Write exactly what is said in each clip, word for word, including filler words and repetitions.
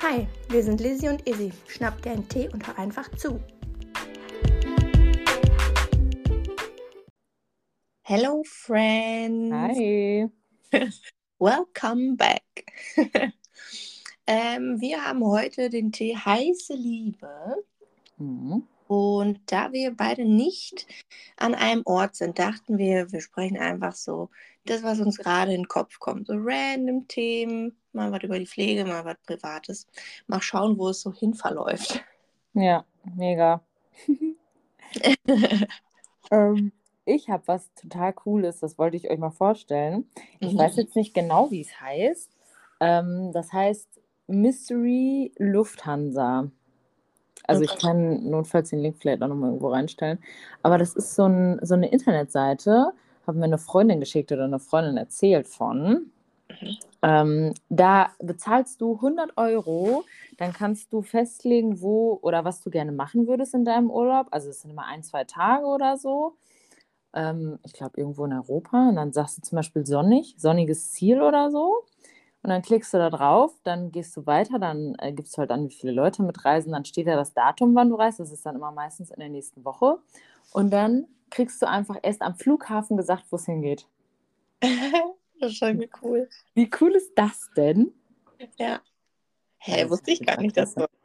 Hi, wir sind Lizzie und Izzy. Schnapp dir einen Tee und hör einfach zu. Hello friends. Hi. Welcome back. ähm, wir haben heute den Tee Heiße Liebe. Mhm. Und da wir beide nicht an einem Ort sind, dachten wir, wir sprechen einfach so das, was uns gerade in den Kopf kommt. So random Themen, mal was über die Pflege, mal was Privates. Mal schauen, wo es so hin verläuft. Ja, mega. ähm, ich habe was total Cooles, das wollte ich euch mal vorstellen. Ich Mhm. weiß jetzt nicht genau, wie es heißt. Ähm, das heißt Mystery Lufthansa. Also ich kann notfalls den Link vielleicht auch nochmal irgendwo reinstellen. Aber das ist so, ein, so eine Internetseite, hat mir eine Freundin geschickt oder eine Freundin erzählt von. Mhm. Ähm, da bezahlst du hundert Euro, dann kannst du festlegen, wo oder was du gerne machen würdest in deinem Urlaub. Also es sind immer ein, zwei Tage oder so. Ähm, ich glaube irgendwo in Europa. Und dann sagst du zum Beispiel sonnig, sonniges Ziel oder so. Und dann klickst du da drauf, dann gehst du weiter, dann äh, gibst du halt an, wie viele Leute mitreisen. Dann steht da das Datum, wann du reist. Das ist dann immer meistens in der nächsten Woche. Und dann kriegst du einfach erst am Flughafen gesagt, wo es hingeht. Das ist schon cool. Wie cool ist das denn? Ja. Hä, Also, wusste ich gar nicht, dass klasse.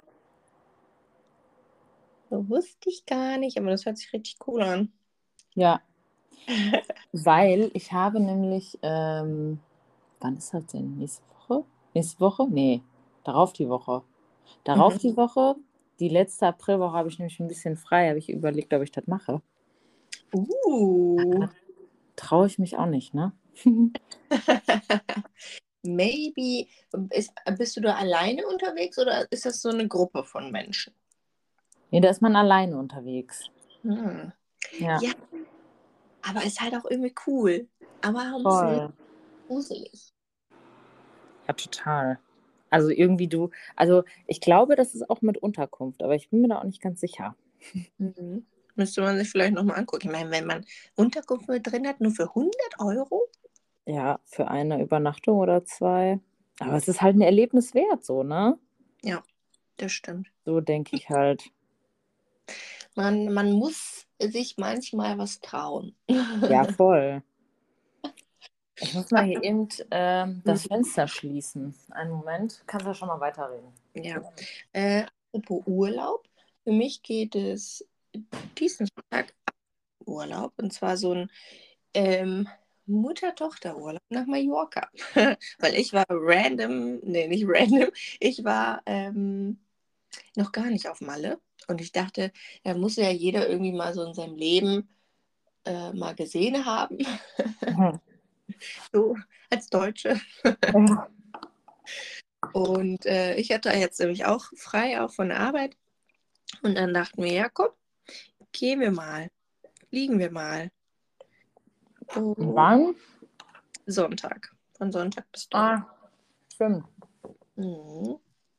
so. Wusste ich gar nicht, aber das hört sich richtig cool an. Ja, weil ich habe nämlich, ähm, wann ist das denn? Nächste Woche? Nächste Woche? Nee, darauf die Woche. Darauf Mhm. die Woche, die letzte Aprilwoche habe ich nämlich ein bisschen frei, habe ich überlegt, ob ich das mache. Uh. Traue ich mich auch nicht, ne? Maybe. Ist, bist du da alleine unterwegs oder ist das so eine Gruppe von Menschen? Nee, da ist man alleine unterwegs. Hm. Ja, Ja, aber ist halt auch irgendwie cool. Aber auch ein bisschen voll. gruselig. Ja, total. Also irgendwie du, also ich glaube, das ist auch mit Unterkunft, aber ich bin mir da auch nicht ganz sicher. Mhm. Müsste man sich vielleicht nochmal angucken. Ich meine, wenn man Unterkunft mit drin hat, nur für hundert Euro? Ja, für eine Übernachtung oder zwei. Aber es ist halt ein Erlebnis wert, so, ne? Ja, das stimmt. So denke ich halt. Man, man muss sich manchmal was trauen. Ja, voll. Ich muss mal hier eben ähm, das Mhm. Fenster schließen. Einen Moment. Kannst du schon mal weiterreden. Ja. Äh, apropos Urlaub. Für mich geht es diesen Sonntag Urlaub und zwar so ein ähm, Mutter-Tochter-Urlaub nach Mallorca. Weil ich war random, nee, nicht random, ich war ähm, noch gar nicht auf Malle und ich dachte, da muss ja jeder irgendwie mal so in seinem Leben äh, mal gesehen haben, Mhm. so als Deutsche. Ja. Und äh, ich hatte jetzt nämlich auch frei, auch von der Arbeit. Und dann dachten wir, ja, komm, gehen wir mal, fliegen wir mal. Und Oh, wann? Sonntag, von Sonntag bis Donnerstag. Ah, stimmt. Mhm.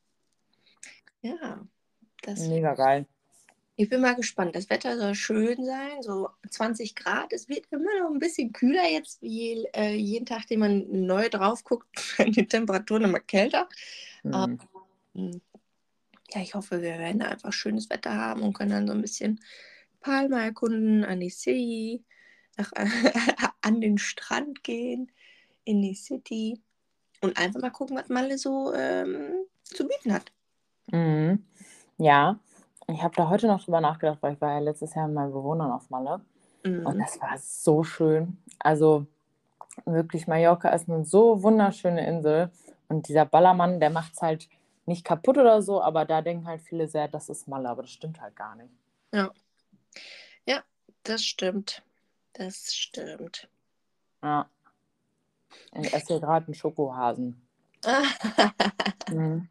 Ja, das, Mega geil. ich bin mal gespannt. Das Wetter soll schön sein, so zwanzig Grad. Es wird immer noch ein bisschen kühler jetzt, wie äh, jeden Tag, den man neu drauf guckt, werden die Temperaturen immer kälter. Aber Hm. mh, ja, ich hoffe, wir werden einfach schönes Wetter haben und können dann so ein bisschen Palma erkunden, an die City, nach, an den Strand gehen, in die City und einfach mal gucken, was Malle so ähm, zu bieten hat. Mhm. Ja, ich habe da heute noch drüber nachgedacht, weil ich war ja letztes Jahr mit meinen Bewohnern auf Malle. Und Mhm. das war so schön. Also wirklich, Mallorca ist eine so wunderschöne Insel. Und dieser Ballermann, der macht es halt nicht kaputt oder so, aber da denken halt viele sehr, das ist Malle, aber das stimmt halt gar nicht. Ja. Ja, das stimmt. Das stimmt. Ja, ich esse hier gerade einen Schokohasen. Mhm.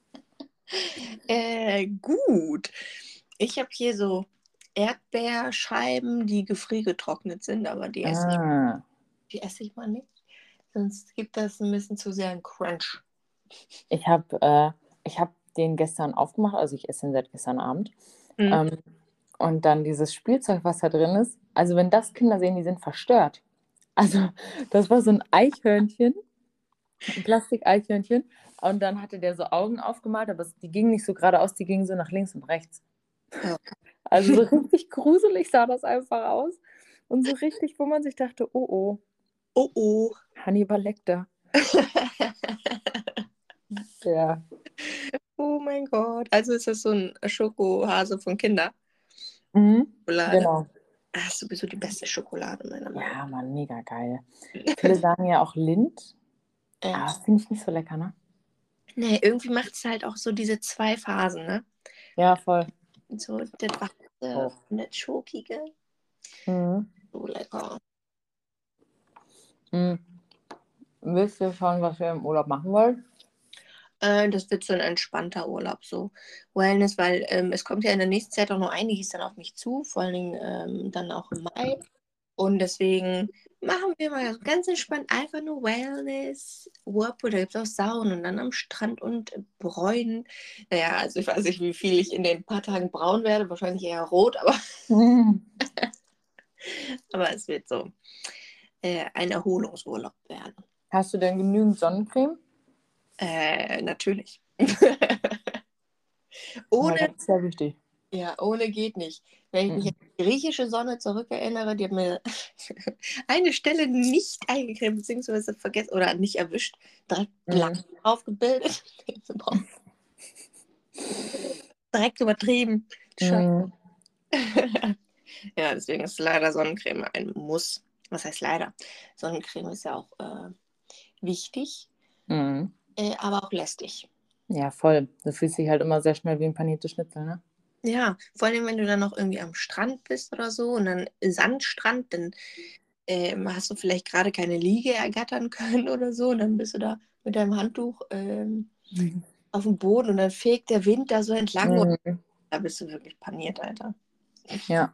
äh, gut. Ich habe hier so Erdbeerscheiben, die gefriergetrocknet sind, aber die esse ich, Ah, die esse ich mal nicht. Sonst gibt das ein bisschen zu sehr einen Crunch. ich habe äh, ich hab den gestern aufgemacht, also ich esse den seit gestern Abend. Mhm. Ähm, und dann dieses Spielzeug, was da drin ist. Also wenn das Kinder sehen, die sind verstört. Also das war so ein Eichhörnchen ein Plastik-Eichhörnchen. Und dann hatte der so Augen aufgemalt, aber es- die gingen nicht so geradeaus, die gingen so nach links und rechts. Ja. Also so richtig gruselig sah das einfach aus. Und so richtig, wo man sich dachte, oh oh, Oh oh. Hannibal Lecter. Ja. Oh mein Gott. Also ist das so ein Schokohase von Kinderschokolade? Mhm, genau. Das ist sowieso die beste Schokolade, meiner Meinung Ja, Mann, mega geil. Viele sagen ja auch Lind, nach. aber Ja. das finde ich nicht so lecker, ne? Nee, irgendwie macht es halt auch so diese zwei Phasen, ne? Ja, voll. So das Weiße Oh. und das Schokige. Mhm. So lecker. Mhm. Willst du schauen, was wir im Urlaub machen wollen? Äh, das wird so ein entspannter Urlaub, so Wellness, weil ähm, es kommt ja in der nächsten Zeit auch noch einiges dann auf mich zu, vor allen Dingen ähm, dann auch im Mai. Und deswegen machen wir mal ganz entspannt einfach nur Wellness, Whirlpool, da gibt es auch Saunen und dann am Strand und Bräunen. Naja, also ich weiß nicht, wie viel ich in den paar Tagen braun werde, wahrscheinlich eher rot, aber, Mhm. aber es wird so äh, ein Erholungsurlaub werden. Hast du denn genügend Sonnencreme? Äh, natürlich. Weil Ohne, das ist ja wichtig. ja, ohne geht nicht. Wenn ich mich an Mhm. die griechische Sonne zurückerinnere, die hat mir eine Stelle nicht eingecremt, beziehungsweise vergessen oder nicht erwischt, direkt blank Mhm. aufgebildet. Direkt übertrieben. Scheiße. Mhm. Ja, deswegen ist leider Sonnencreme ein Muss. Was heißt leider? Sonnencreme ist ja auch äh, wichtig, Mhm. äh, aber auch lästig. Ja, voll. Du fühlst dich halt immer sehr schnell wie ein paniertes Schnitzel, ne? Ja, vor allem, wenn du dann noch irgendwie am Strand bist oder so und dann Sandstrand, dann ähm, hast du vielleicht gerade keine Liege ergattern können oder so und dann bist du da mit deinem Handtuch ähm, Mhm. auf dem Boden und dann fegt der Wind da so entlang und Mhm. da bist du wirklich paniert, Alter. Ja.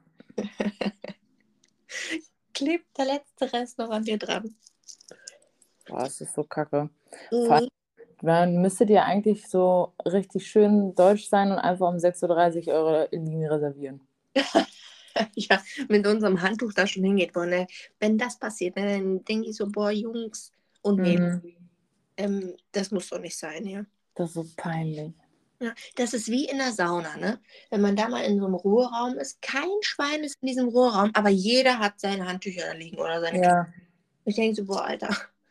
Klebt der letzte Rest noch an dir dran. Boah, es ist so kacke. Vor allem, Mhm. man müsste dir eigentlich so richtig schön deutsch sein und einfach um sechs Uhr dreißig eure Linie reservieren. Ja, mit unserem Handtuch da schon hingeht. Boah, ne? Wenn das passiert, ne, dann denke ich so, boah, Jungs und Mädels, Mhm. ähm, das muss doch nicht sein, ja. Das ist so peinlich. Ja, das ist wie in der Sauna, ne? Wenn man da mal in so einem Ruheraum ist, kein Schwein ist in diesem Ruheraum, aber jeder hat seine Handtücher da liegen oder seine Kleidung. Ja, Ich denke so, boah, Alter.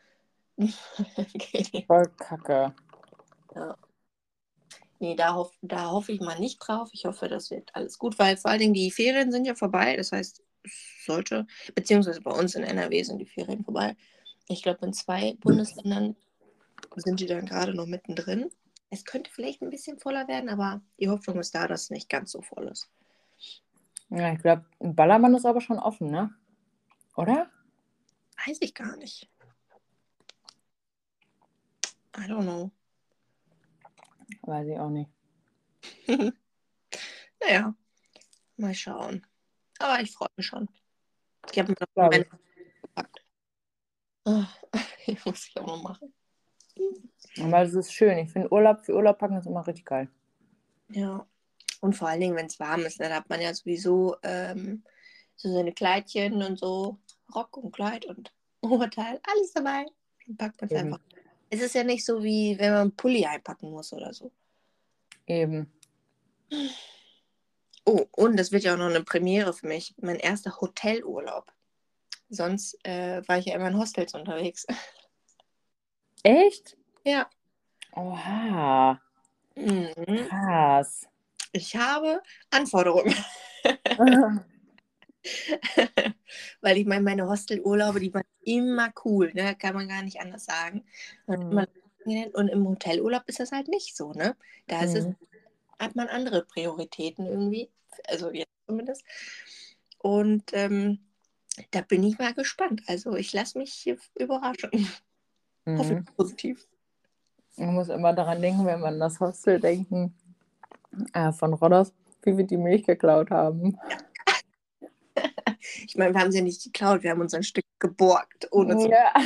Okay. voll kacke. Ja. Nee, da, hoff, da hoffe ich mal nicht drauf. Ich hoffe, das wird alles gut, weil vor allen Dingen die Ferien sind ja vorbei. Das heißt, es sollte, beziehungsweise bei uns in N R W sind die Ferien vorbei. Ich glaube, in zwei Bundesländern sind die dann gerade noch mittendrin. Es könnte vielleicht ein bisschen voller werden, aber die Hoffnung ist da, dass es nicht ganz so voll ist. Ja, ich glaube, Ballermann ist aber schon offen, ne? Oder? Weiß ich gar nicht. I don't know. Weiß ich auch nicht. Naja, mal schauen. Aber ich freue mich schon. Ich habe mir noch Glaube meine ich. gepackt. Ah, die muss ich auch noch machen. Aber es ist schön. Ich finde Urlaub für Urlaub packen ist immer richtig geil. Ja. Und vor allen Dingen, wenn es warm ist, ne, da hat man ja sowieso ähm, so seine Kleidchen und so, Rock und Kleid und Oberteil, alles dabei. Dann packt man es Eben. einfach. Es ist ja nicht so, wie wenn man einen Pulli einpacken muss oder so. Eben. Oh, und das wird ja auch noch eine Premiere für mich. Mein erster Hotelurlaub. Sonst äh, war ich ja immer in Hostels unterwegs. Echt? Ja. Oha. Mhm. Krass. Ich habe Anforderungen. Weil ich meine, meine Hostelurlaube, die waren immer cool, ne? Kann man gar nicht anders sagen. Und, Mhm. immer- und im Hotelurlaub ist das halt nicht so, ne? Da ist es, Mhm. hat man andere Prioritäten irgendwie. Also jetzt zumindest. Und ähm, da bin ich mal gespannt. Also ich lasse mich hier überraschen. Hoffentlich Mhm. positiv. Man muss immer daran denken, wenn man an das Hostel denken, äh, von Rhodos, wie wir die Milch geklaut haben. Ich meine, wir haben sie ja nicht geklaut, wir haben uns ein Stück geborgt, ohne zu. Ja.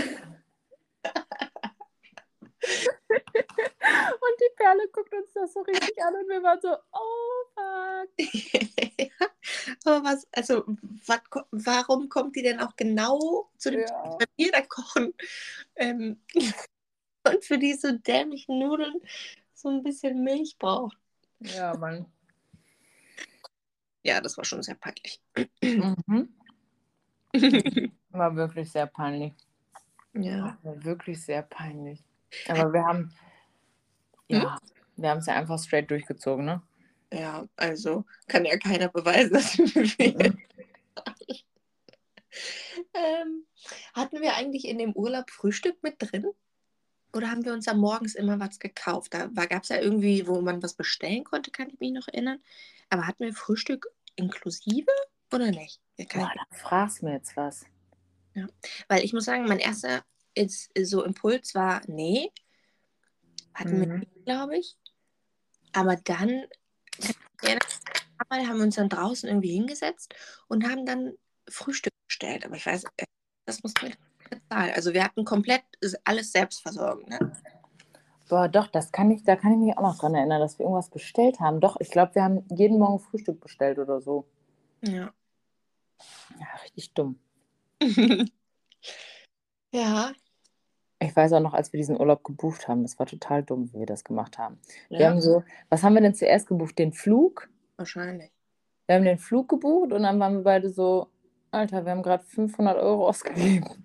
Und die Perle guckt uns das so richtig an und wir waren so, oh fuck. Aber was, also, was, warum kommt die denn auch genau zu dem Zeitpunkt, Ja. wenn wir da kochen? Ähm, und für diese dämlichen Nudeln so ein bisschen Milch braucht. Ja, Mann. Ja, das war schon sehr peinlich. Mhm. War wirklich sehr peinlich. Ja. War wirklich sehr peinlich. Aber wir haben, Hm? ja, wir haben es ja einfach straight durchgezogen, ne? Ja, also kann ja keiner beweisen, dass wir. Mhm. ähm, hatten wir eigentlich in dem Urlaub Frühstück mit drin? Oder haben wir uns da morgens immer was gekauft? Da gab es ja irgendwie, wo man was bestellen konnte, kann ich mich noch erinnern. Aber hatten wir Frühstück inklusive oder nicht? Ja, kann Boah, ich, da fragst du mir jetzt was. ja. Weil ich muss sagen, mein erster ist, so Impuls war, nee, hatten wir Mhm. nicht, glaube ich. Aber dann, kann ich mich erinnern, einmal haben wir uns dann draußen irgendwie hingesetzt und haben dann Frühstück bestellt. Aber ich weiß, äh, das mussten wir bezahlen. Also wir hatten komplett alles Selbstversorgung, ne? Boah, doch, das kann ich, da kann ich mich auch noch dran erinnern, dass wir irgendwas bestellt haben. Doch, ich glaube, wir haben jeden Morgen Frühstück bestellt oder so. Ja. Ja, richtig dumm. Ja, Ich weiß auch noch, als wir diesen Urlaub gebucht haben, das war total dumm, wie wir das gemacht haben. Wir ja, haben so, was haben wir denn zuerst gebucht? Den Flug? wahrscheinlich. Wir haben den Flug gebucht und dann waren wir beide so, Alter, wir haben gerade fünfhundert Euro ausgegeben.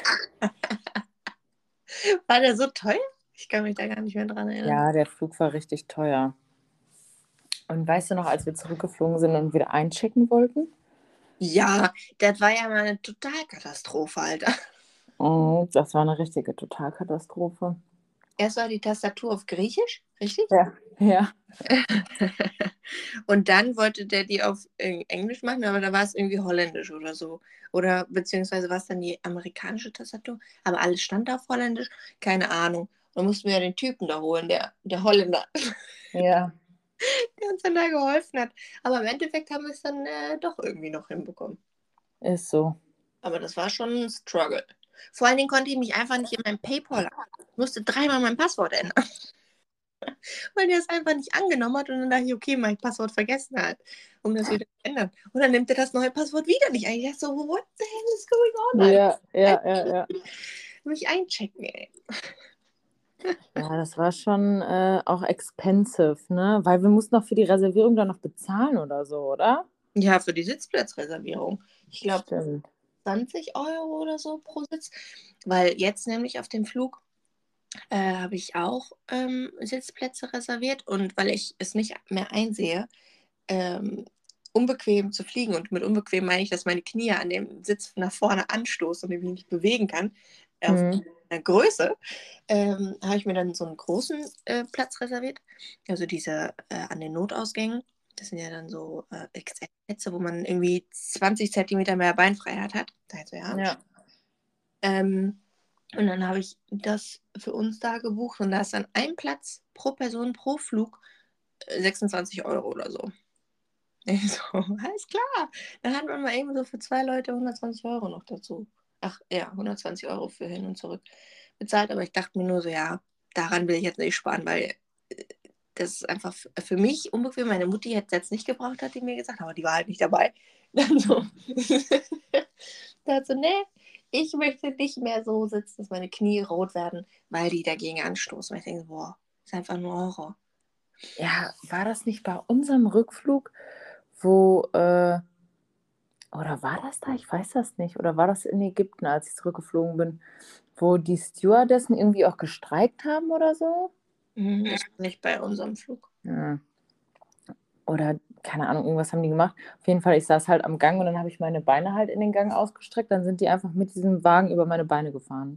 War der so teuer? Ich kann mich da gar nicht mehr dran erinnern. Ja, der Flug war richtig teuer. Und weißt du noch, als wir zurückgeflogen sind und wieder einchecken wollten? Ja, das war ja mal eine Totalkatastrophe, Alter. Oh, das war eine richtige Totalkatastrophe. Erst war die Tastatur auf Griechisch, richtig? Ja, ja. Und dann wollte der die auf äh, Englisch machen, aber da war es irgendwie Holländisch oder so. Oder beziehungsweise war es dann die amerikanische Tastatur. Aber alles stand auf Holländisch, keine Ahnung. Dann mussten wir ja den Typen da holen, der, der Holländer, Ja, der uns dann da geholfen hat. Aber im Endeffekt haben wir es dann äh, doch irgendwie noch hinbekommen. ist so. Aber das war schon ein Struggle. Vor allen Dingen konnte ich mich einfach nicht in meinem PayPal. Ich musste dreimal mein Passwort ändern, weil der es einfach nicht angenommen hat. Und dann dachte ich, okay, mein Passwort vergessen hat, um das wieder zu ändern. Und dann nimmt er das neue Passwort wieder nicht ein. Ich dachte so, what the hell is going on? Ja, ja, ja, Einfach ja. mich einchecken, ey. Ja, das war schon äh, auch expensive, ne? Weil wir mussten auch für die Reservierung dann noch bezahlen oder so, oder? Ja, für die Sitzplatzreservierung. Ich glaube, Stimmt. zwanzig Euro oder so pro Sitz. Weil jetzt nämlich auf dem Flug äh, habe ich auch ähm, Sitzplätze reserviert. Und weil ich es nicht mehr einsehe, ähm, unbequem zu fliegen. Und mit unbequem meine ich, dass meine Knie an dem Sitz nach vorne anstoßen und ich mich nicht bewegen kann. Auf Hm. der Größe ähm, habe ich mir dann so einen großen äh, Platz reserviert. Also diese äh, an den Notausgängen. Das sind ja dann so äh, X L-Plätze, wo man irgendwie zwanzig Zentimeter mehr Beinfreiheit hat. Also ja. Ja. Ähm, und dann habe ich das für uns da gebucht und da ist dann ein Platz pro Person pro Flug äh, sechsundzwanzig Euro oder so. Ich so, alles klar. Dann hat man mal eben so für zwei Leute hundertzwanzig Euro noch dazu. Ach ja, hundertzwanzig Euro für hin und zurück bezahlt. Aber ich dachte mir nur so, ja, daran will ich jetzt nicht sparen, weil äh, das ist einfach f- für mich unbequem. Meine Mutti hätte es jetzt nicht gebraucht, hat die mir gesagt, aber die war halt nicht dabei. Dann so, da hat so, nee, ich möchte nicht mehr so sitzen, dass meine Knie rot werden, weil die dagegen anstoßen. Und ich denke, boah, ist einfach nur Horror. Ja, war das nicht bei unserem Rückflug, wo, äh, oder war das da? Ich weiß das nicht. Oder war das in Ägypten, als ich zurückgeflogen bin, wo die Stewardessen irgendwie auch gestreikt haben oder so? Mhm, das war nicht bei unserem Flug. Ja. Oder keine Ahnung, irgendwas haben die gemacht. Auf jeden Fall, ich saß halt am Gang und dann habe ich meine Beine halt in den Gang ausgestreckt. Dann sind die einfach mit diesem Wagen über meine Beine gefahren.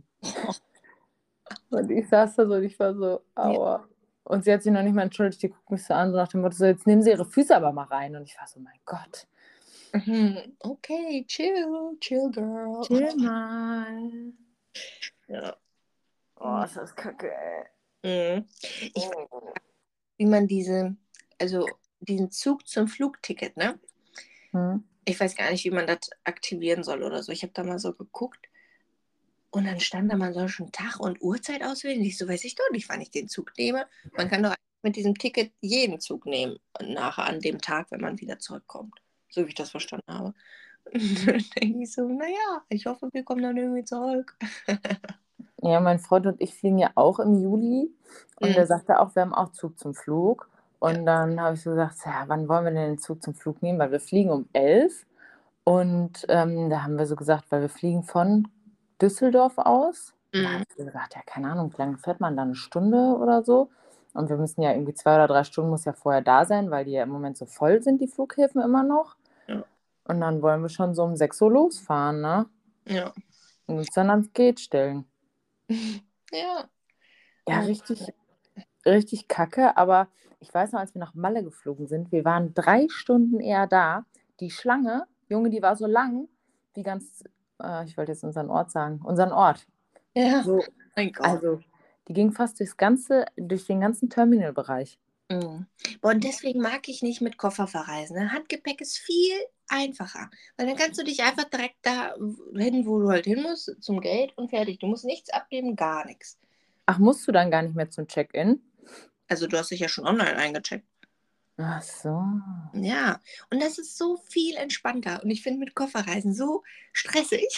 Und ich saß da so und ich war so, Ja. aua. Und sie hat sich noch nicht mal entschuldigt. Die guckt mich so an, so nach dem Motto, so, jetzt nehmen Sie Ihre Füße aber mal rein. Und ich war so, mein Gott. Mhm. Okay, chill, chill, girl. Chill mal. Ja. Oh, ist das kacke, ey. Mhm. Ich weiß, Oh. wie man diese, also diesen Zug zum Flugticket, ne? Hm. Ich weiß gar nicht, wie man das aktivieren soll oder so. Ich habe da mal so geguckt und dann stand da, man soll schon Tag und Uhrzeit auswählen. Ich so, weiß ich doch nicht, wann ich den Zug nehme. Man kann doch mit diesem Ticket jeden Zug nehmen, nachher an dem Tag, wenn man wieder zurückkommt. So wie ich das verstanden habe. Und dann denke ich so, naja, ich hoffe, wir kommen dann irgendwie zurück. Ja, mein Freund und ich fliegen ja auch im Juli und Mhm. der sagte auch, wir haben auch Zug zum Flug. Ja. Und dann habe ich so gesagt, ja, wann wollen wir denn den Zug zum Flug nehmen? Weil wir fliegen um elf. Und ähm, da haben wir so gesagt, weil wir fliegen von Düsseldorf aus. Und da habe Mhm. ich so gesagt, ja, keine Ahnung, wie lange fährt man da, eine Stunde oder so? Und wir müssen ja irgendwie zwei oder drei Stunden muss ja vorher da sein, weil die ja im Moment so voll sind, die Flughäfen immer noch. Ja. Und dann wollen wir schon so um sechs Uhr losfahren, ne? Ja. Und uns dann ans Gate stellen. Ja. Ja, Oh. richtig, richtig kacke, aber ich weiß noch, als wir nach Malle geflogen sind, wir waren drei Stunden eher da. Die Schlange, Junge, die war so lang, wie ganz, äh, ich wollte jetzt unseren Ort sagen, unseren Ort. Ja. So, Mein Gott. also, die ging fast durchs ganze, durch den ganzen Terminalbereich. Mhm. Boah, und deswegen mag ich nicht mit Koffer verreisen. Ne? Handgepäck ist viel einfacher. Weil dann kannst du dich einfach direkt da hin, wo du halt hin musst, zum Gate und fertig. Du musst nichts abgeben, gar nichts. Ach, musst du dann gar nicht mehr zum Check-in? Also du hast dich ja schon online eingecheckt. Ach so. Ja, und das ist so viel entspannter. Und ich finde mit Kofferreisen so stressig.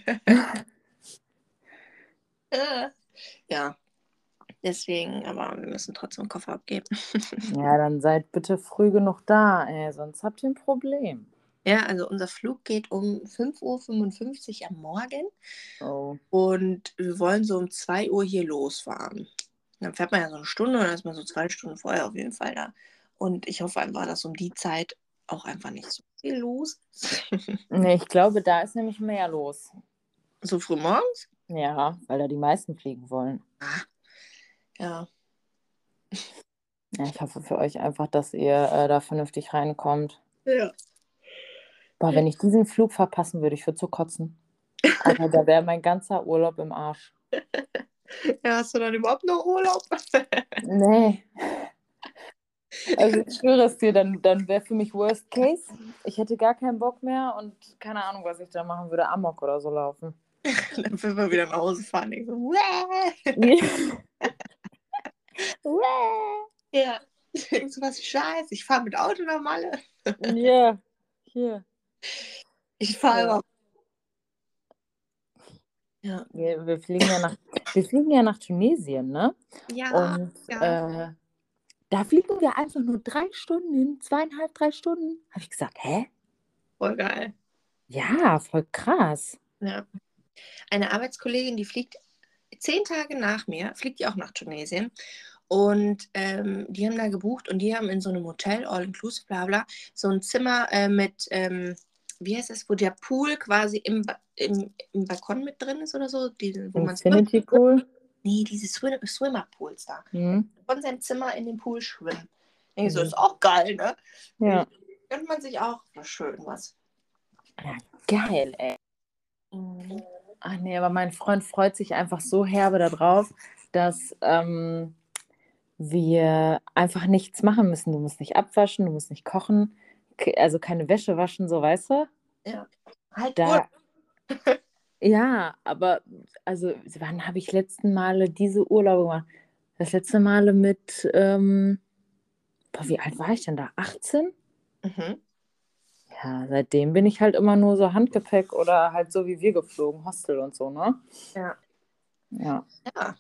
Äh, ja, deswegen, aber wir müssen trotzdem Koffer abgeben. Ja, dann seid bitte früh genug da, ey, sonst habt ihr ein Problem. Ja, also unser Flug geht um fünf Uhr fünfundfünfzig am Morgen Oh. und wir wollen so um zwei Uhr hier losfahren. Dann fährt man ja so eine Stunde und dann ist man so zwei Stunden vorher auf jeden Fall da. Und ich hoffe einfach, dass um die Zeit auch einfach nicht so viel los ist. Nee, ich glaube, da ist nämlich mehr los. So früh morgens? Ja, weil da die meisten fliegen wollen. Ah, ja. Ja, ich hoffe für euch einfach, dass ihr äh, da vernünftig reinkommt. Ja. Boah, wenn ich diesen Flug verpassen würde, ich würde so kotzen. Also da wäre mein ganzer Urlaub im Arsch. Ja, hast du dann überhaupt noch Urlaub? Nee, also ich schwöre es dir, dann, dann wäre für mich Worst Case. Ich hätte gar keinen Bock mehr und keine Ahnung, was ich da machen würde. Amok oder so laufen. Dann will wir wieder nach Hause fahren. Ich so, "Wäh." Ja. Ich so, was scheiße. Ich fahre mit Auto nach Malle. Ja, hier. Ich fahre Ja. immer. Ja. Wir, wir fliegen ja nach, wir fliegen ja nach Tunesien, ne? Ja, Und ja. äh, da fliegen wir einfach nur drei Stunden hin, zweieinhalb, drei Stunden. Habe ich gesagt, hä? Voll geil. Ja, voll krass. Ja. Eine Arbeitskollegin, die fliegt zehn Tage nach mir, fliegt die auch nach Tunesien. Und ähm, die haben da gebucht und die haben in so einem Hotel, all-inclusive, bla bla, so ein Zimmer äh, mit, ähm, wie heißt das, wo der Pool quasi im, ba im, im Balkon mit drin ist oder so, die, wo man Infinity Pool. nee, diese Swim Swimmerpools da. Hm. Von seinem Zimmer in den Pool schwimmen. Ich so, Mhm. ist auch geil, ne? Ja. Gönnt man sich auch schön was. Ja, geil, ey. Mhm. Ach nee, aber mein Freund freut sich einfach so herbe darauf, dass ähm, wir einfach nichts machen müssen. Du musst nicht abwaschen, du musst nicht kochen, ke- also keine Wäsche waschen, so weißt du? Ja. Halt Urlaub. Da, ja, aber also wann habe ich letzten Male diese Urlaube gemacht? Das letzte Male mit, ähm, boah, wie alt war ich denn da? achtzehn? Mhm. Ja, seitdem bin ich halt immer nur so Handgepäck oder halt so wie wir geflogen, Hostel und so, ne? Ja. Ja. Ja.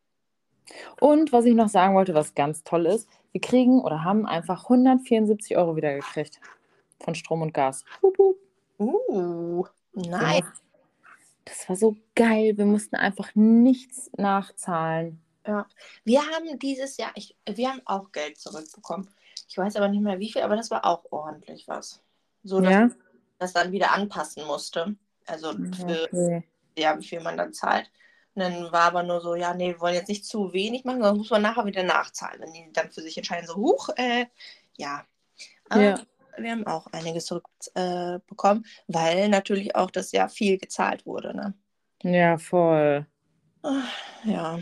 Und was ich noch sagen wollte, was ganz toll ist, wir kriegen oder haben einfach hundertvierundsiebzig Euro wieder gekriegt von Strom und Gas. Hup, hup. Uh, Wir nice. mussten, das war so geil, wir mussten einfach nichts nachzahlen. Ja. Wir haben dieses Jahr, ich, wir haben auch Geld zurückbekommen. Ich weiß aber nicht mehr wie viel, aber das war auch ordentlich was. So, dass Ja? man das dann wieder anpassen musste. Also für Okay. ja, wie viel man dann zahlt. Und dann war aber nur so, ja, nee, wir wollen jetzt nicht zu wenig machen, sondern muss man nachher wieder nachzahlen. Wenn die dann für sich entscheiden, so, huch, äh, ja. Aber Ja. wir haben auch einiges zurückbekommen, äh, bekommen, weil natürlich auch das Jahr viel gezahlt wurde, ne? Ja, voll. Ah, ja.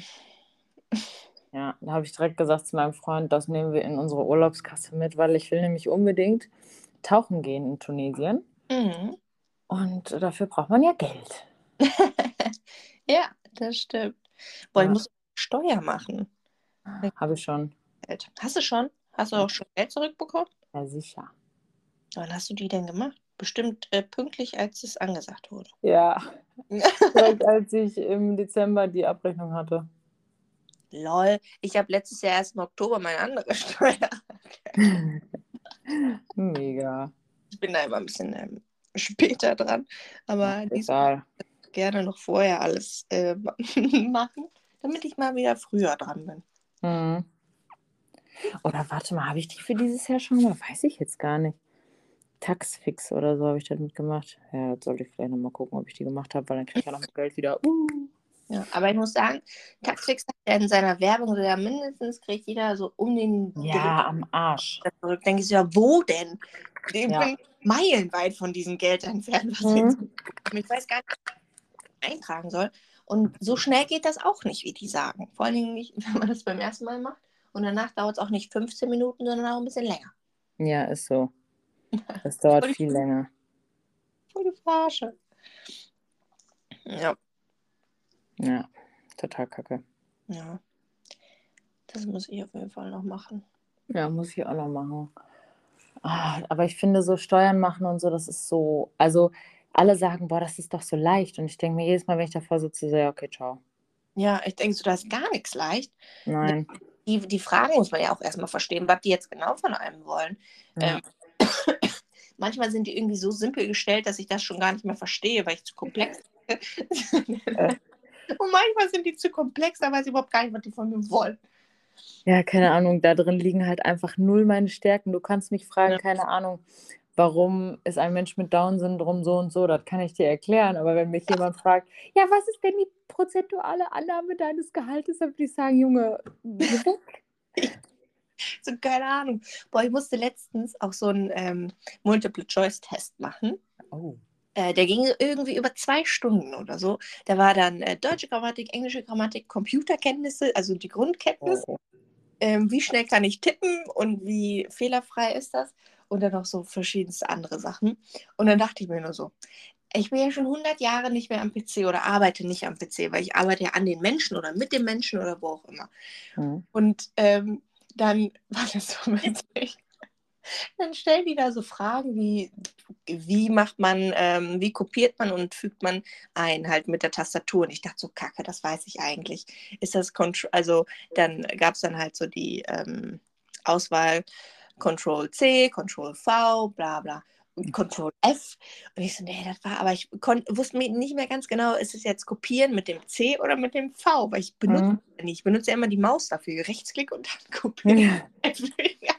Ja, da habe ich direkt gesagt zu meinem Freund, das nehmen wir in unsere Urlaubskasse mit, weil ich will nämlich unbedingt tauchen gehen in Tunesien. Mhm. Und dafür braucht man ja Geld. Ja, das stimmt. Boah, ich Ja, muss Steuer machen. habe ich schon. Geld. Hast du schon? Hast du Ja, auch schon Geld zurückbekommen? ja, sicher. Wann hast du die denn gemacht? Bestimmt äh, pünktlich, als es angesagt wurde. Ja. Direkt als ich im Dezember die Abrechnung hatte. Lol, ich habe letztes Jahr erst im Oktober meine andere Steuer. Mega. Ich bin da immer ein bisschen ähm, später dran, Ja, aber diesmal total. gerne noch vorher alles äh, machen, damit ich mal wieder früher dran bin. Mhm. Oder warte mal, habe ich die für dieses Jahr schon gemacht? Weiß ich jetzt gar nicht. Taxfix oder so habe ich damit gemacht. Ja, das sollte ich vielleicht nochmal gucken, ob ich die gemacht habe, weil dann kriege ich ja noch Geld wieder. Uh. Ja, aber ich muss sagen, Taxfix hat ja in seiner Werbung so ja mindestens kriegt jeder so um den Dreh Ja, am Arsch. zurück. Denke ich so, ja, wo denn? Ich Ja. bin meilenweit von diesem Geld entfernt, was jetzt. Mhm. Ich weiß gar nicht, was ich eintragen soll. Und so schnell geht das auch nicht, wie die sagen. Vor allen Dingen nicht, wenn man das beim ersten Mal macht. Und danach dauert es auch nicht fünfzehn Minuten, sondern auch ein bisschen länger. Ja, ist so. Das dauert Voll die, viel länger. voll die Verarsche. Ja, Ja, total kacke. ja. Das muss ich auf jeden Fall noch machen. Ja, muss ich auch noch machen. Ah, aber ich finde so Steuern machen und so, das ist so, also alle sagen, boah, das ist doch so leicht. Und ich denke mir jedes Mal, wenn ich davor sitze, so, ja, okay, ciao. Ja, ich denke so, da ist gar nichts leicht. Nein. Die, die Fragen muss man ja auch erstmal verstehen, was die jetzt genau von einem wollen. Ähm, Ja. manchmal sind die irgendwie so simpel gestellt, dass ich das schon gar nicht mehr verstehe, weil ich zu komplex bin. Äh, Und manchmal sind die zu komplex, da weiß ich überhaupt gar nicht, was die von mir wollen. ja, keine Ahnung, da drin liegen halt einfach null meine Stärken. Du kannst mich fragen, Ja. keine Ahnung, warum ist ein Mensch mit Down-Syndrom so und so, das kann ich dir erklären. Aber wenn mich jemand fragt, ja, was ist denn die prozentuale Annahme deines Gehaltes, dann würde ich sagen, Junge, geh weg. So, keine Ahnung. Boah, ich musste letztens auch so einen ähm, Multiple-Choice-Test machen. Oh. Äh, der ging irgendwie über zwei Stunden oder so. Da war dann äh, deutsche Grammatik, englische Grammatik, Computerkenntnisse, also die Grundkenntnisse. Oh. Ähm, wie schnell kann ich tippen und wie fehlerfrei ist das? Und dann noch so verschiedenste andere Sachen. Und dann dachte ich mir nur so, ich bin ja schon hundert Jahre nicht mehr am P C oder arbeite nicht am P C, weil ich arbeite ja an den Menschen oder mit dem Menschen oder wo auch immer. Hm. Und ähm, dann war das so witzig. Dann stellen die da so Fragen wie, wie macht man, ähm, wie kopiert man und fügt man ein, halt mit der Tastatur. Und ich dachte so, Kacke, das weiß ich eigentlich. Ist das Control, also dann gab es dann halt so die ähm, Auswahl Control C, Control V, bla bla. Und Control F. Und ich so, nee, das war, aber ich kon, wusste mir nicht mehr ganz genau, ist es jetzt kopieren mit dem C oder mit dem V, weil ich benutze Hm. ja nicht. Ich benutze ja immer die Maus dafür. Rechtsklick und dann kopieren. Ja.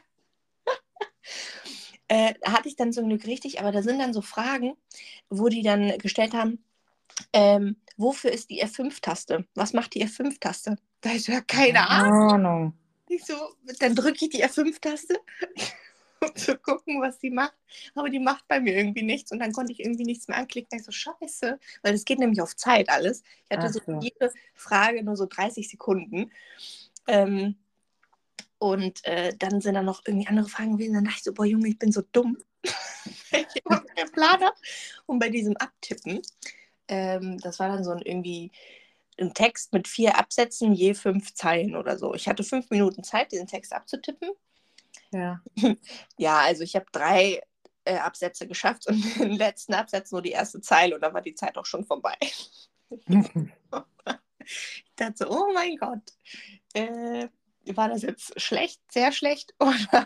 Äh, hatte ich dann zum Glück richtig, aber da sind dann so Fragen, wo die dann gestellt haben, ähm, wofür ist die F fünf Taste? Was macht die F fünf Taste? Da ist so, ja, keine Keine Ahnung. Ahnung. Ich so, dann drücke ich die F fünf Taste, um zu gucken, was die macht. Aber die macht bei mir irgendwie nichts und dann konnte ich irgendwie nichts mehr anklicken. Ich so, scheiße, weil das geht nämlich auf Zeit alles. Ich hatte Ach so so. jede Frage nur so dreißig Sekunden. Ähm, und äh, dann sind da noch irgendwie andere Fragen gewesen. Dann dachte ich so, boah, Junge, ich bin so dumm. Weil ich immer keinen Plan habe. Und bei diesem Abtippen, ähm, das war dann so ein irgendwie ein Text mit vier Absätzen, je fünf Zeilen oder so. Ich hatte fünf Minuten Zeit, diesen Text abzutippen. Ja. Ja, also ich habe drei äh, Absätze geschafft und den letzten Absatz nur die erste Zeile und dann war die Zeit auch schon vorbei. Ich dachte so, oh mein Gott, äh, war das jetzt schlecht, sehr schlecht? Oder?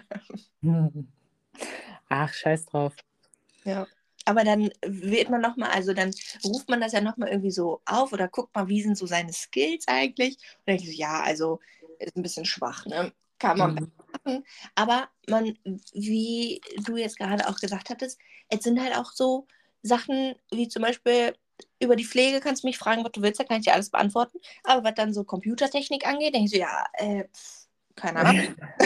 Ach, scheiß drauf. Ja. Aber dann wird man nochmal, also dann ruft man das ja nochmal irgendwie so auf oder guckt mal, wie sind so seine Skills eigentlich? Und dann denke ich so, ja, also ist ein bisschen schwach, ne? Kann man besser Mhm. machen. Aber man, wie du jetzt gerade auch gesagt hattest, es sind halt auch so Sachen wie zum Beispiel über die Pflege kannst du mich fragen, was du willst, da kann ich dir alles beantworten. Aber was dann so Computertechnik angeht, denke ich so, ja, äh, pf, keine Ahnung,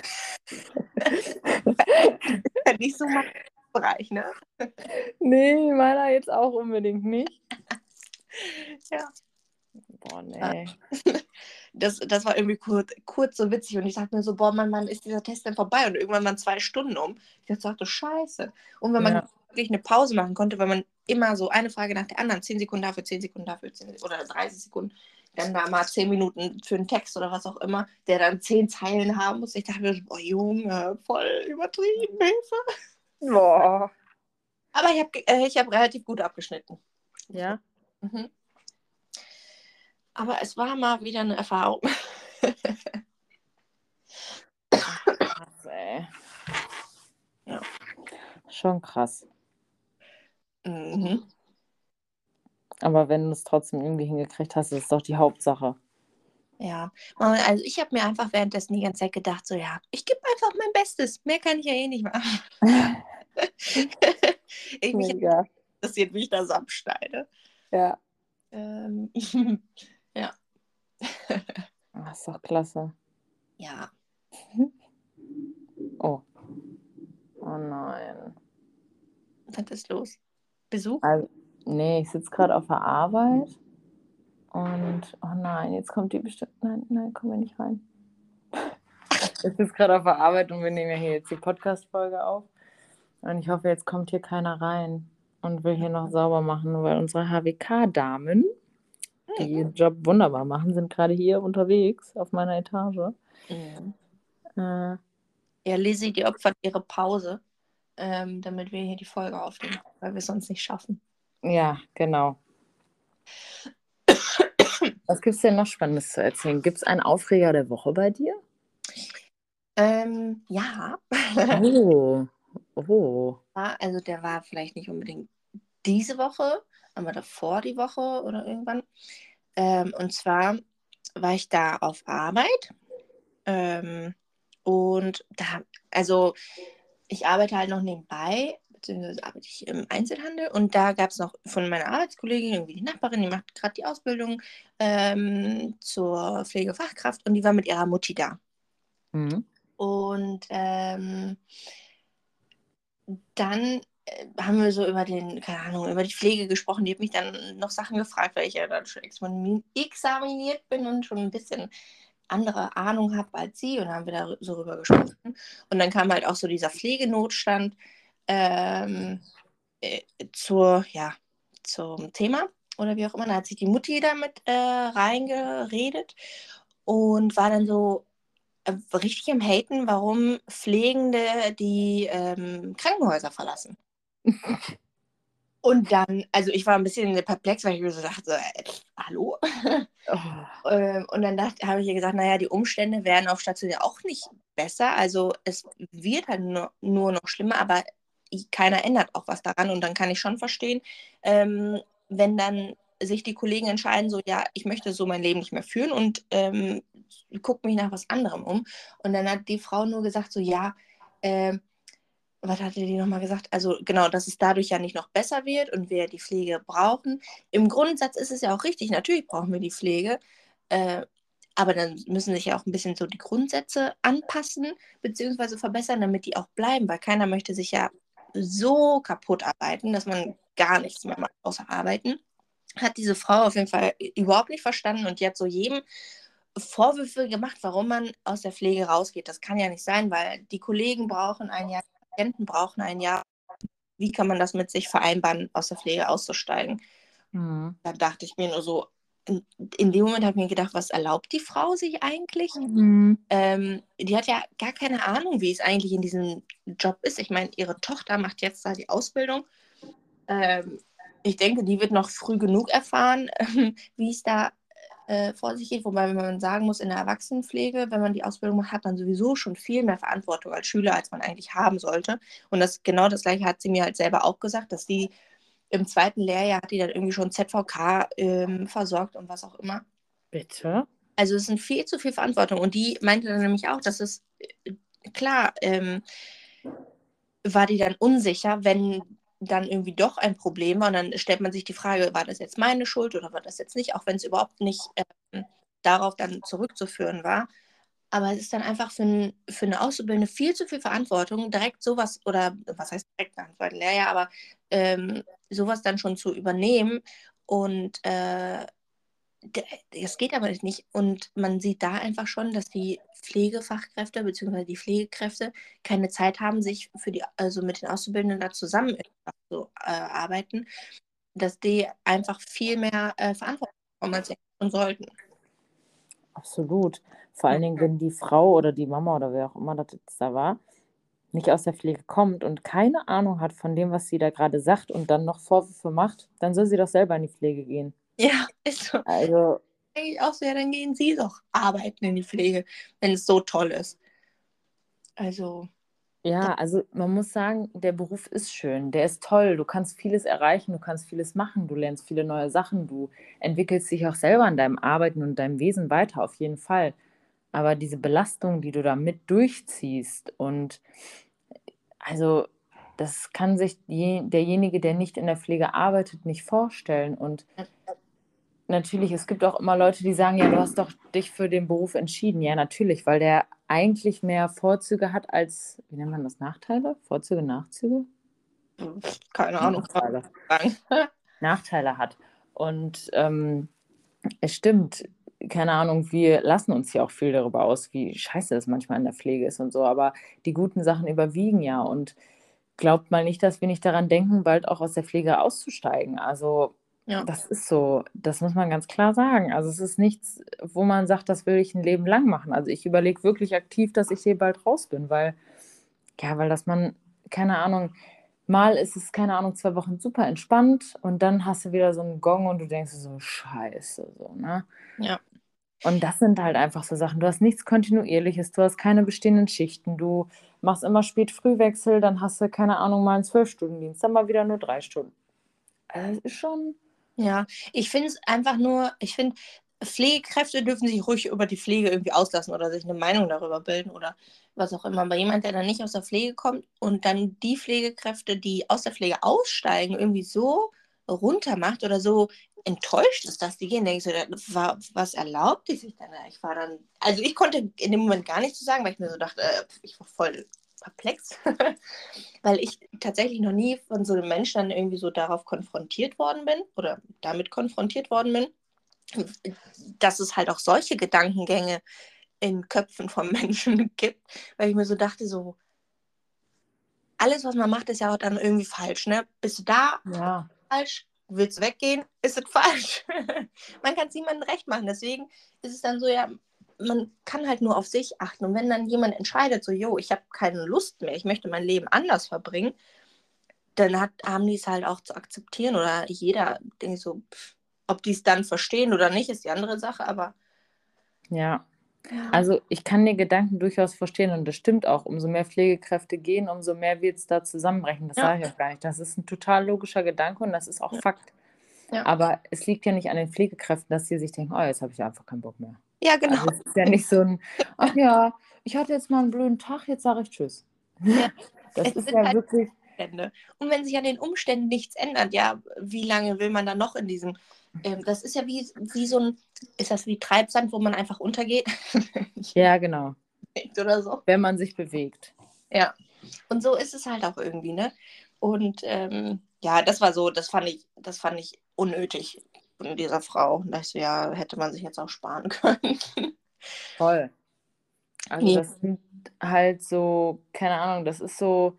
nicht so mein Bereich, ne? Nee, meiner jetzt auch unbedingt nicht. Ja. Boah, nee. Das, das war irgendwie kurz, kurz so witzig und ich dachte mir so, boah, Mann, wann ist dieser Test denn vorbei? Und irgendwann waren zwei Stunden um. Ich dachte, scheiße. Und wenn man Ja. wirklich eine Pause machen konnte, weil man immer so eine Frage nach der anderen, zehn Sekunden dafür, zehn Sekunden dafür, zehn, oder dreißig Sekunden, dann da mal zehn Minuten für einen Text oder was auch immer, der dann zehn Zeilen haben muss. Ich dachte mir so, boah, Junge, voll übertrieben, Hilfe. Boah. Aber ich habe äh, ich hab relativ gut abgeschnitten. Ja? Mhm. Aber es war mal wieder eine Erfahrung. Krass, ey. Ja. Schon krass. Mhm. Aber wenn du es trotzdem irgendwie hingekriegt hast, ist es doch die Hauptsache. Ja, also ich habe mir einfach währenddessen die ganze Zeit gedacht, so ja, ich gebe einfach mein Bestes. Mehr kann ich ja eh nicht machen. ich mich Mega. interessiert, wie ich das abschneide. Ja. Ähm, ja. Das ist doch klasse. Ja. Oh. Oh nein. Was ist los? Besuch? Also, nee, ich sitze gerade auf der Arbeit und oh nein, jetzt kommt die bestimmt. Nein, nein, komm wir nicht rein. Ich sitze gerade auf der Arbeit und wir nehmen ja hier jetzt die Podcast-Folge auf. Und ich hoffe, jetzt kommt hier keiner rein und will hier noch sauber machen, weil unsere H W K-Damen, die Hm. ihren Job wunderbar machen, sind gerade hier unterwegs auf meiner Etage. Mhm. Äh, Ja, Lizzie, die opfert ihre Pause, ähm, damit wir hier die Folge aufnehmen, weil wir es sonst nicht schaffen. ja, genau. Was gibt es denn noch Spannendes zu erzählen? Gibt es einen Aufreger der Woche bei dir? Ähm, ja. Oh, oh. Also der war vielleicht nicht unbedingt diese Woche, aber davor die Woche oder irgendwann. Ähm, und zwar war ich da auf Arbeit. Ähm, und da, also ich arbeite halt noch nebenbei, beziehungsweise arbeite ich im Einzelhandel. Und da gab es noch von meiner Arbeitskollegin, irgendwie die Nachbarin, die macht gerade die Ausbildung ähm, zur Pflegefachkraft und die war mit ihrer Mutti da. Mhm. Und ähm, dann äh, haben wir so über den, keine Ahnung, über die Pflege gesprochen. Die hat mich dann noch Sachen gefragt, weil ich ja dann schon examiniert bin und schon ein bisschen andere Ahnung habe als sie. Und dann haben wir da so drüber gesprochen. Und dann kam halt auch so dieser Pflegenotstand ähm, äh, zur, ja, zum Thema oder wie auch immer. Da hat sich die Mutti damit äh, reingeredet und war dann so äh, richtig am Haten, warum Pflegende die ähm, Krankenhäuser verlassen. Und dann, also ich war ein bisschen perplex, weil ich mir so dachte, äh, hallo? Oh. ähm, und dann dachte, habe ich ihr gesagt, naja, die Umstände werden auf Station ja auch nicht besser. Also es wird halt nur, nur noch schlimmer, aber keiner ändert auch was daran. Und dann kann ich schon verstehen, ähm, wenn dann sich die Kollegen entscheiden, so, ja, ich möchte so mein Leben nicht mehr führen und ähm, gucke mich nach was anderem um. Und dann hat die Frau nur gesagt, so, ja, ähm, was hatte die nochmal gesagt? Also genau, dass es dadurch ja nicht noch besser wird und wir die Pflege brauchen. Im Grundsatz ist es ja auch richtig, natürlich brauchen wir die Pflege, äh, aber dann müssen sich ja auch ein bisschen so die Grundsätze anpassen bzw. verbessern, damit die auch bleiben, weil keiner möchte sich ja so kaputt arbeiten, dass man gar nichts mehr macht außer arbeiten. Hat diese Frau auf jeden Fall überhaupt nicht verstanden und die hat so jedem Vorwürfe gemacht, warum man aus der Pflege rausgeht. Das kann ja nicht sein, weil die Kollegen brauchen ein Jahr, die Patienten brauchen ein Jahr. Wie kann man das mit sich vereinbaren, aus der Pflege auszusteigen? Mhm. Da dachte ich mir nur so, in, in dem Moment habe ich mir gedacht, was erlaubt die Frau sich eigentlich? Mhm. Ähm, die hat ja gar keine Ahnung, wie es eigentlich in diesem Job ist. Ich meine, ihre Tochter macht jetzt da die Ausbildung. Ähm, ich denke, die wird noch früh genug erfahren, wie es da äh, vor sich geht. Wobei, wenn man sagen muss, in der Erwachsenenpflege, wenn man die Ausbildung macht, hat man sowieso schon viel mehr Verantwortung als Schüler, als man eigentlich haben sollte. Und das genau das Gleiche hat sie mir halt selber auch gesagt, dass sie im zweiten Lehrjahr hat die dann irgendwie schon Z V K ähm, versorgt und was auch immer. Bitte? Also es sind viel zu viel Verantwortung. Und die meinte dann nämlich auch, dass es äh, klar ähm, war die dann unsicher, wenn dann irgendwie doch ein Problem war. Und dann stellt man sich die Frage, war das jetzt meine Schuld oder war das jetzt nicht, auch wenn es überhaupt nicht ähm, darauf dann zurückzuführen war. Aber es ist dann einfach für, ein, für eine Auszubildende viel zu viel Verantwortung, direkt sowas, oder was heißt direkt nach dem zweiten Lehrjahr, aber ähm, sowas dann schon zu übernehmen. Und äh, das geht aber nicht. Und man sieht da einfach schon, dass die Pflegefachkräfte bzw. die Pflegekräfte keine Zeit haben, sich für die, also mit den Auszubildenden da zusammen zu äh, arbeiten, dass die einfach viel mehr äh, Verantwortung haben, als sie haben sollten. Absolut. Vor allen Dingen, wenn die Frau oder die Mama oder wer auch immer das jetzt da war, nicht aus der Pflege kommt und keine Ahnung hat von dem, was sie da gerade sagt und dann noch Vorwürfe macht, dann soll sie doch selber in die Pflege gehen. Ja, ist so. Also, Eigentlich auch so, ja, dann gehen Sie doch arbeiten in die Pflege, wenn es so toll ist. Also, ja, also man muss sagen, der Beruf ist schön, der ist toll. Du kannst vieles erreichen, du kannst vieles machen, du lernst viele neue Sachen, du entwickelst dich auch selber in deinem Arbeiten und deinem Wesen weiter, auf jeden Fall. Aber diese Belastung, die du da mit durchziehst und also das kann sich je, derjenige, der nicht in der Pflege arbeitet, nicht vorstellen. Und natürlich, es gibt auch immer Leute, die sagen, ja, du hast doch dich für den Beruf entschieden. Ja, natürlich, weil der eigentlich mehr Vorzüge hat als, wie nennt man das, Nachteile? Vorzüge, Nachzüge? keine Ahnung, was Nachteile. ich sagen. Nachteile hat. Und ähm, es stimmt, keine Ahnung, wir lassen uns ja auch viel darüber aus, wie scheiße es manchmal in der Pflege ist und so, aber die guten Sachen überwiegen ja und glaubt mal nicht, dass wir nicht daran denken, bald auch aus der Pflege auszusteigen. Also Ja, das ist so, das muss man ganz klar sagen. Also es ist nichts, wo man sagt, das will ich ein Leben lang machen. Also ich überlege wirklich aktiv, dass ich hier bald raus bin, weil, ja, weil das man, keine Ahnung, mal ist es, keine Ahnung, zwei Wochen super entspannt und dann hast du wieder so einen Gong und du denkst dir so, scheiße, so, ne? ja, Und das sind halt einfach so Sachen. Du hast nichts Kontinuierliches, du hast keine bestehenden Schichten, du machst immer Spät-Frühwechsel, dann hast du, keine Ahnung, mal einen Zwölf-Stunden-Dienst, dann mal wieder nur drei Stunden. Also das ist schon, ja. Ich finde es einfach nur, ich finde, Pflegekräfte dürfen sich ruhig über die Pflege irgendwie auslassen oder sich eine Meinung darüber bilden oder was auch immer. Aber jemand, der dann nicht aus der Pflege kommt und dann die Pflegekräfte, die aus der Pflege aussteigen, irgendwie so runter macht oder so enttäuscht ist, dass die gehen, denke ich so, da war, was erlaubt die sich dann? Ich war dann, also ich konnte in dem Moment gar nichts zu sagen, weil ich mir so dachte, äh, ich war voll perplex, weil ich tatsächlich noch nie von so einem Menschen dann irgendwie so darauf konfrontiert worden bin oder damit konfrontiert worden bin, dass es halt auch solche Gedankengänge in Köpfen von Menschen gibt, weil ich mir so dachte, so alles, was man macht, ist ja auch dann irgendwie falsch, ne? Bist du da ja, falsch? Willst du weggehen? Ist es falsch? Man kann es niemandem recht machen. Deswegen ist es dann so, ja, man kann halt nur auf sich achten. Und wenn dann jemand entscheidet, so, jo, ich habe keine Lust mehr, ich möchte mein Leben anders verbringen, dann hat, haben die es halt auch zu akzeptieren. Oder jeder, denke ich so, pff, ob die es dann verstehen oder nicht, ist die andere Sache. Aber ja. ja, Also ich kann den Gedanken durchaus verstehen und das stimmt auch. Umso mehr Pflegekräfte gehen, umso mehr wird es da zusammenbrechen. Das ja, sage ich auch gar nicht. Das ist ein total logischer Gedanke und das ist auch ja, Fakt. ja. Aber es liegt ja nicht an den Pflegekräften, dass sie sich denken, oh, jetzt habe ich einfach keinen Bock mehr. Ja, genau. Also es ist ja nicht so ein, ach ja, ich hatte jetzt mal einen blöden Tag, jetzt sage ich Tschüss. Ja, Das es ist sind ja halt wirklich, Umstände. Und wenn sich an den Umständen nichts ändert, ja, wie lange will man dann noch in diesem, ähm, das ist ja wie, wie so ein, ist das wie Treibsand, wo man einfach untergeht? ja genau, Oder so. wenn man sich bewegt. Ja. Und so ist es halt auch irgendwie, ne? Und ähm, ja, das war so, das fand ich, das fand ich unnötig von dieser Frau. Und da ich so, ja, hätte man sich jetzt auch sparen können. Voll. Also Nee. das sind halt so, keine Ahnung, das ist so,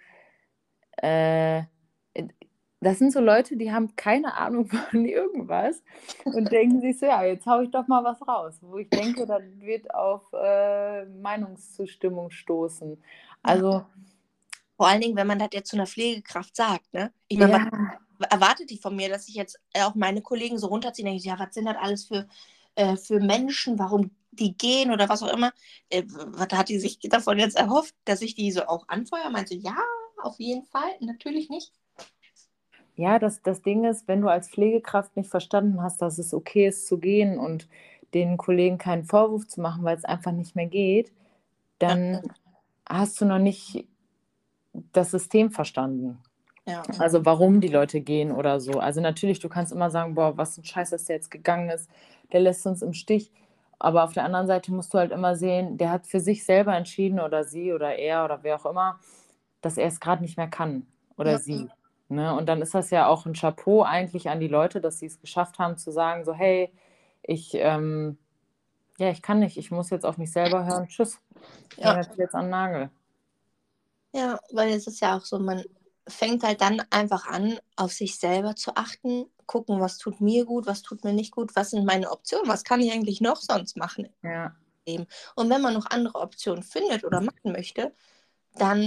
äh, das sind so Leute, die haben keine Ahnung von irgendwas und denken sich so, ja, jetzt hau ich doch mal was raus, wo ich denke, das wird auf äh, Meinungszustimmung stoßen. Ja. Also, Vor allen Dingen, wenn man das jetzt zu einer Pflegekraft sagt, ne? Ich meine, ja, was erwartet die von mir, dass ich jetzt auch meine Kollegen so runterziehe? Denke ich, ja, was sind das alles für, äh, für Menschen, warum die gehen oder was auch immer? Äh, was hat die sich davon jetzt erhofft, dass ich die so auch anfeuere? Meinte, ja, auf jeden Fall, natürlich nicht. ja, das, das Ding ist, wenn du als Pflegekraft nicht verstanden hast, dass es okay ist zu gehen und den Kollegen keinen Vorwurf zu machen, weil es einfach nicht mehr geht, Ja, dann hast du noch nicht das System verstanden. ja, Also warum die Leute gehen oder so. Also natürlich, du kannst immer sagen, boah, was ein Scheiß, dass der jetzt gegangen ist, der lässt uns im Stich. Aber auf der anderen Seite musst du halt immer sehen, der hat für sich selber entschieden oder sie oder er oder wer auch immer, dass er es gerade nicht mehr kann oder ja, sie. Ne? Und dann ist das ja auch ein Chapeau eigentlich an die Leute, dass sie es geschafft haben zu sagen, so hey, ich, ähm, ja, ich kann nicht, ich muss jetzt auf mich selber hören, tschüss, ich ja. hänge jetzt an den Nagel. Ja, weil es ist ja auch so, man fängt halt dann einfach an, auf sich selber zu achten, gucken, was tut mir gut, was tut mir nicht gut, was sind meine Optionen, was kann ich eigentlich noch sonst machen im Ja, Leben. Und wenn man noch andere Optionen findet oder machen möchte, dann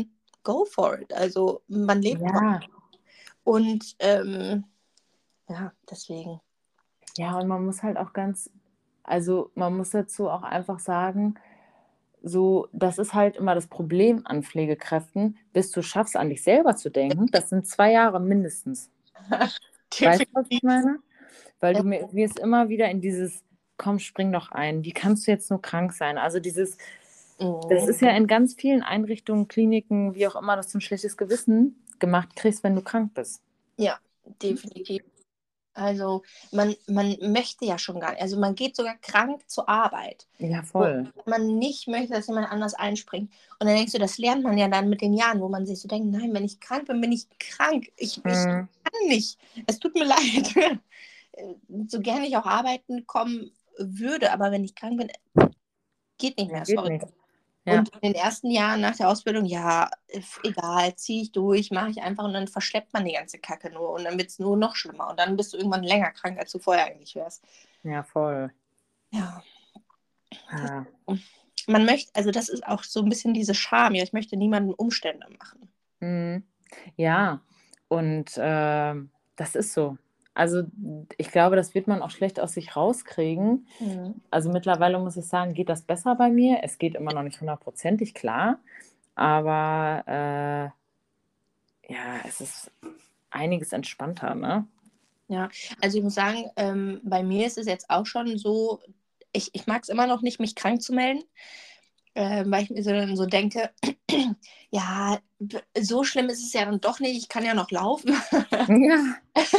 go for it. Also man lebt Ja. noch. Und ähm, ja, deswegen. Ja, und man muss halt auch ganz, also man muss dazu auch einfach sagen, so, das ist halt immer das Problem an Pflegekräften, bis du schaffst, an dich selber zu denken. Das sind zwei Jahre mindestens. Weißt du, was ich meine? Weil du mir wirst immer wieder in dieses, komm, spring doch ein, wie kannst du jetzt nur krank sein? Also dieses, das ist ja in ganz vielen Einrichtungen, Kliniken, wie auch immer, dass du ein schlechtes Gewissen gemacht kriegst, wenn du krank bist. Ja, definitiv. Also man, man möchte ja schon gar nicht, also man geht sogar krank zur Arbeit. Ja, voll. Wo man nicht möchte, dass jemand anders einspringt. Und dann denkst du, das lernt man ja dann mit den Jahren, wo man sich so denkt, nein, wenn ich krank bin, bin ich krank. Ich, ich Mhm. kann nicht. Es tut mir leid. So gerne ich auch arbeiten kommen würde, aber wenn ich krank bin, geht nicht mehr. Geht Sorry. nicht. Ja. Und in den ersten Jahren nach der Ausbildung, ja, egal, ziehe ich durch, mache ich einfach und dann verschleppt man die ganze Kacke nur und dann wird es nur noch schlimmer und dann bist du irgendwann länger krank, als du vorher eigentlich wärst. Ja, voll. Ja. Ja. Man möchte, also das ist auch so ein bisschen diese Scham, ja, ich möchte niemanden Umstände machen. Mhm. Ja, und äh, das ist so. Also ich glaube, das wird man auch schlecht aus sich rauskriegen. Mhm. Also mittlerweile muss ich sagen, geht das besser bei mir. Es geht immer noch nicht hundertprozentig, klar. Aber äh, ja, es ist einiges entspannter, ne? Ja, also ich muss sagen, ähm, bei mir ist es jetzt auch schon so, ich, ich mag es immer noch nicht, mich krank zu melden, äh, weil ich mir so, dann so denke, ja, so schlimm ist es ja dann doch nicht, ich kann ja noch laufen. Ja.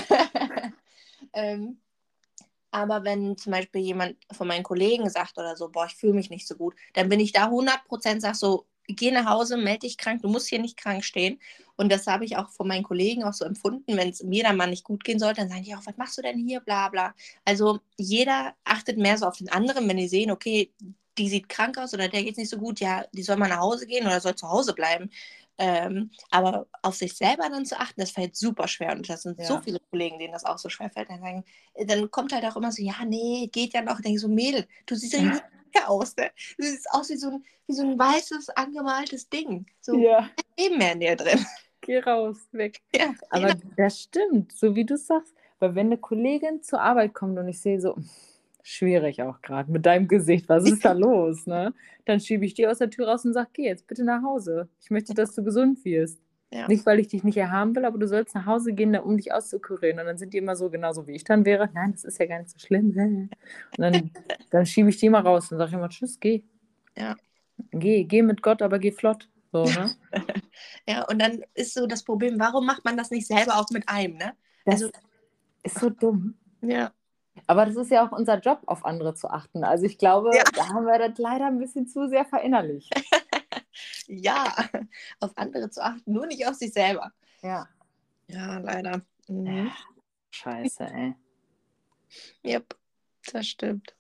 ähm, aber wenn zum Beispiel jemand von meinen Kollegen sagt oder so, boah, ich fühle mich nicht so gut, dann bin ich da hundert Prozent, sag so, geh nach Hause, melde dich krank, du musst hier nicht krank stehen. Und das habe ich auch von meinen Kollegen auch so empfunden, wenn es mir dann mal nicht gut gehen sollte, dann sagen die auch, was machst du denn hier, bla bla. Also jeder achtet mehr so auf den anderen, wenn die sehen, okay, die sieht krank aus oder der geht es nicht so gut, ja, die soll mal nach Hause gehen oder soll zu Hause bleiben. Ähm, aber auf sich selber dann zu achten, das fällt super schwer. Und das sind Ja. so viele Kollegen, denen das auch so schwer fällt. Dann, sagen, dann kommt halt auch immer so, ja, nee, geht ja noch. Ich denke so, Mädel, du siehst ja nicht aus, ne? Du siehst aus wie so ein, wie so ein weißes, angemaltes Ding. So, Ja. kein Leben mehr in dir drin. Geh raus, weg. Ja, Aber genau. das stimmt, so wie du sagst. Weil wenn eine Kollegin zur Arbeit kommt und ich sehe so, schwierig auch gerade mit deinem Gesicht, was ist da los, ne? Dann schiebe ich die aus der Tür raus und sage, geh jetzt bitte nach Hause. Ich möchte, dass du gesund wirst. Ja. Nicht, weil ich dich nicht erhaben will, aber du sollst nach Hause gehen, um dich auszukurieren. Und dann sind die immer so, genauso wie ich dann wäre, nein, das ist ja gar nicht so schlimm. Und dann, dann schiebe ich die mal raus und sage immer, tschüss, geh. Ja. Geh, geh mit Gott, aber geh flott. So, ne? Ja, und dann ist so das Problem, warum macht man das nicht selber auch mit einem, ne? Das Also, ist so dumm. ja. Aber das ist ja auch unser Job, auf andere zu achten. Also ich glaube, Ja. da haben wir das leider ein bisschen zu sehr verinnerlicht. Ja, auf andere zu achten, nur nicht auf sich selber. Ja. Ja, leider. Mhm. Scheiße, ey. Yep, das stimmt.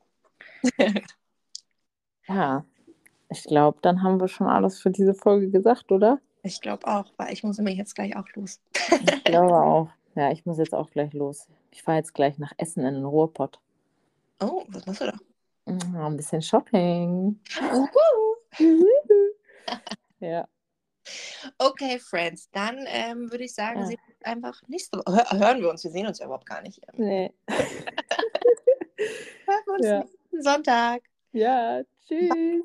Ja, ich glaube, dann haben wir schon alles für diese Folge gesagt, oder? Ich glaube auch, weil ich muss nämlich jetzt gleich auch los. Ich glaube auch. Ja, ich muss jetzt auch gleich los. Ich fahre jetzt gleich nach Essen in den Ruhrpott. Oh, was machst du da? Ja, ein bisschen Shopping. Ja. Okay, Friends, dann ähm, würde ich sagen, Ja. sehen wir uns einfach nächste Woche. Hör, hören wir uns, wir sehen uns ja überhaupt gar nicht. Nee. Hören wir uns Ja. nächsten Sonntag. Ja, tschüss.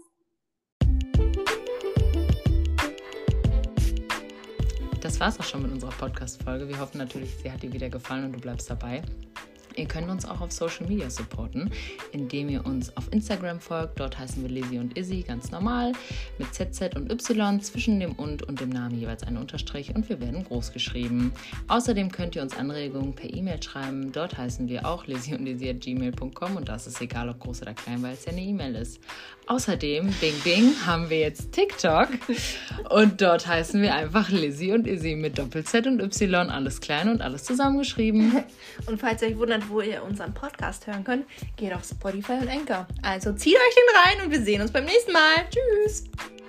Das war's auch schon mit unserer Podcast-Folge. Wir hoffen natürlich, sie hat dir wieder gefallen und du bleibst dabei. Ihr könnt uns auch auf Social Media supporten, indem ihr uns auf Instagram folgt. Dort heißen wir Lizzie und Izzy, ganz normal, mit Z Z und Y, zwischen dem und und dem Namen jeweils ein Unterstrich und wir werden groß geschrieben. Außerdem könnt ihr uns Anregungen per E-Mail schreiben. Dort heißen wir auch lizzie und izzy at gmail punkt com und das ist egal, ob groß oder klein, weil es ja eine E-Mail ist. Außerdem, bing bing, haben wir jetzt TikTok und dort heißen wir einfach Lizzie und Izzy mit Doppel-Z und Y, alles klein und alles zusammengeschrieben. Und falls ihr euch wundert, wo ihr unseren Podcast hören könnt, geht auf Spotify und Anchor. Also zieht euch den rein und wir sehen uns beim nächsten Mal. Tschüss!